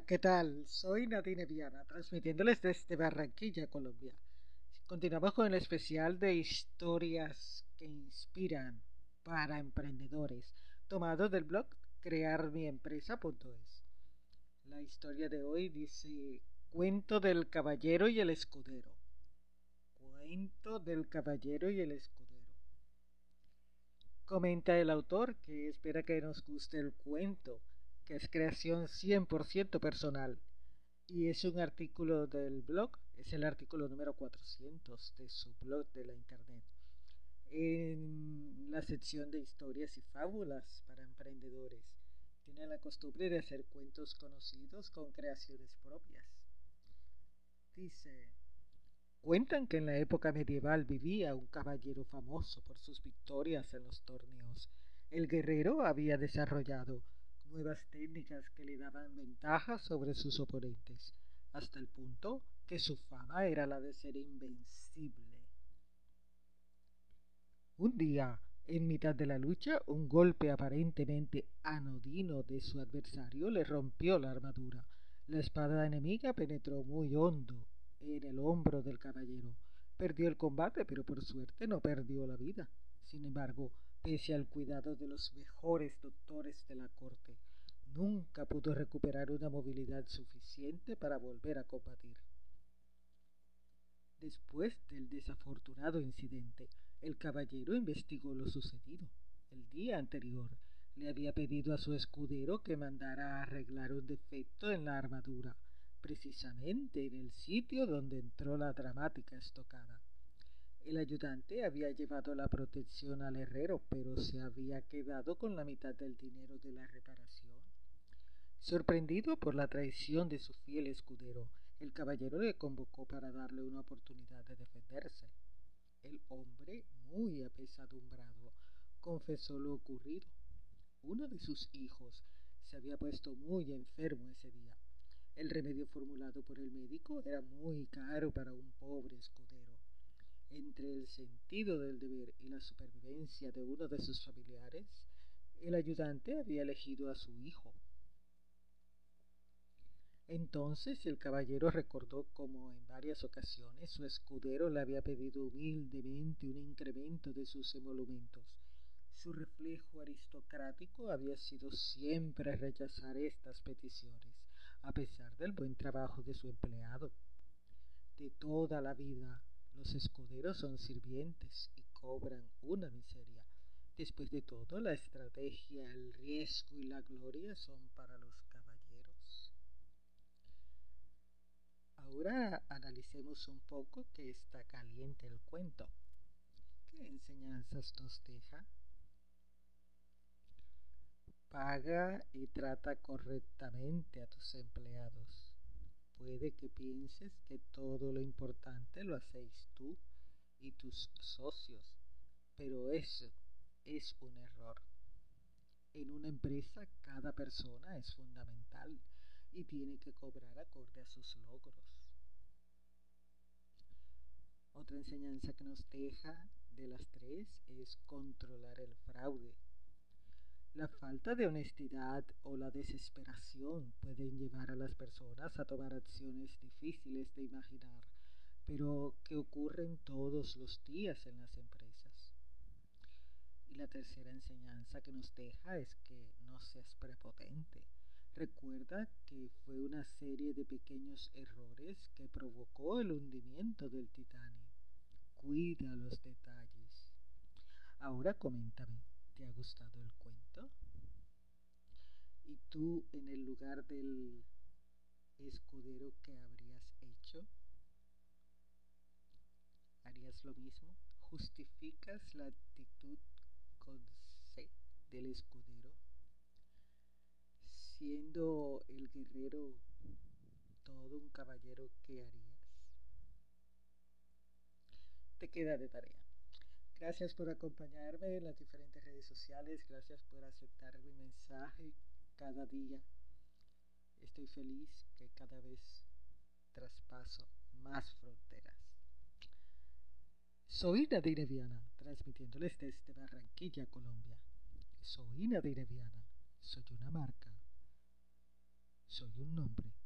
¿Qué tal? Soy Nadine Viana, transmitiéndoles desde Barranquilla, Colombia. Continuamos con el especial de historias que inspiran para emprendedores, tomado del blog crearmiempresa.es. La historia de hoy dice: Cuento del caballero y el escudero. Cuento del caballero y el escudero. Comenta el autor que espera que nos guste el cuento, que es creación 100% personal. Y es un artículo del blog, es el artículo número 400 de su blog de la internet. En la sección de historias y fábulas para emprendedores, tiene la costumbre de hacer cuentos conocidos con creaciones propias. Dice: Cuentan que en la época medieval vivía un caballero famoso por sus victorias en los torneos. El guerrero había desarrollado nuevas técnicas que le daban ventaja sobre sus oponentes, hasta el punto que su fama era la de ser invencible. Un día, en mitad de la lucha, un golpe aparentemente anodino de su adversario le rompió la armadura. La espada enemiga penetró muy hondo en el hombro del caballero. Perdió el combate, pero por suerte no perdió la vida. Sin embargo, pese al cuidado de los mejores doctores de la corte, nunca pudo recuperar una movilidad suficiente para volver a combatir. Después del desafortunado incidente, el caballero investigó lo sucedido. El día anterior le había pedido a su escudero que mandara a arreglar un defecto en la armadura, precisamente en el sitio donde entró la dramática estocada. El ayudante había llevado la protección al herrero, pero se había quedado con la mitad del dinero de la reparación. Sorprendido por la traición de su fiel escudero, el caballero le convocó para darle una oportunidad de defenderse. El hombre, muy apesadumbrado, confesó lo ocurrido. Uno de sus hijos se había puesto muy enfermo ese día. El remedio formulado por el médico era muy caro para un pobre escudero. Entre el sentido del deber y la supervivencia de uno de sus familiares, el ayudante había elegido a su hijo. Entonces el caballero recordó cómo en varias ocasiones su escudero le había pedido humildemente un incremento de sus emolumentos. Su reflejo aristocrático había sido siempre rechazar estas peticiones, a pesar del buen trabajo de su empleado. De toda la vida, los escuderos son sirvientes y cobran una miseria. Después de todo, la estrategia, el riesgo y la gloria son para los caballeros. Ahora analicemos un poco que está caliente el cuento. ¿Qué enseñanzas nos deja? Paga y trata correctamente a tus empleados. Puede que pienses que todo lo importante lo hacéis tú y tus socios, pero eso es un error. En una empresa cada persona es fundamental y tiene que cobrar acorde a sus logros. Otra enseñanza que nos deja de las tres es controlar el fraude. La falta de honestidad o la desesperación pueden llevar a las personas a tomar acciones difíciles de imaginar, pero que ocurren todos los días en las empresas. Y la tercera enseñanza que nos deja es que no seas prepotente. Recuerda que fue una serie de pequeños errores que provocó el hundimiento del Titanic. Cuida los detalles. Ahora coméntame, ¿te ha gustado el cuento? ¿Y tú, en el lugar del escudero, qué habrías hecho? ¿Harías lo mismo? ¿Justificas la actitud con C del escudero? Siendo el guerrero todo un caballero, ¿qué harías? Te queda de tarea. Gracias por acompañarme en las diferentes redes sociales. Gracias por aceptar mi mensaje cada día. Estoy feliz que cada vez traspaso más fronteras. Soy Nadine Viana, transmitiéndoles desde Barranquilla, Colombia. Soy Nadine Viana. Soy una marca. Soy un nombre.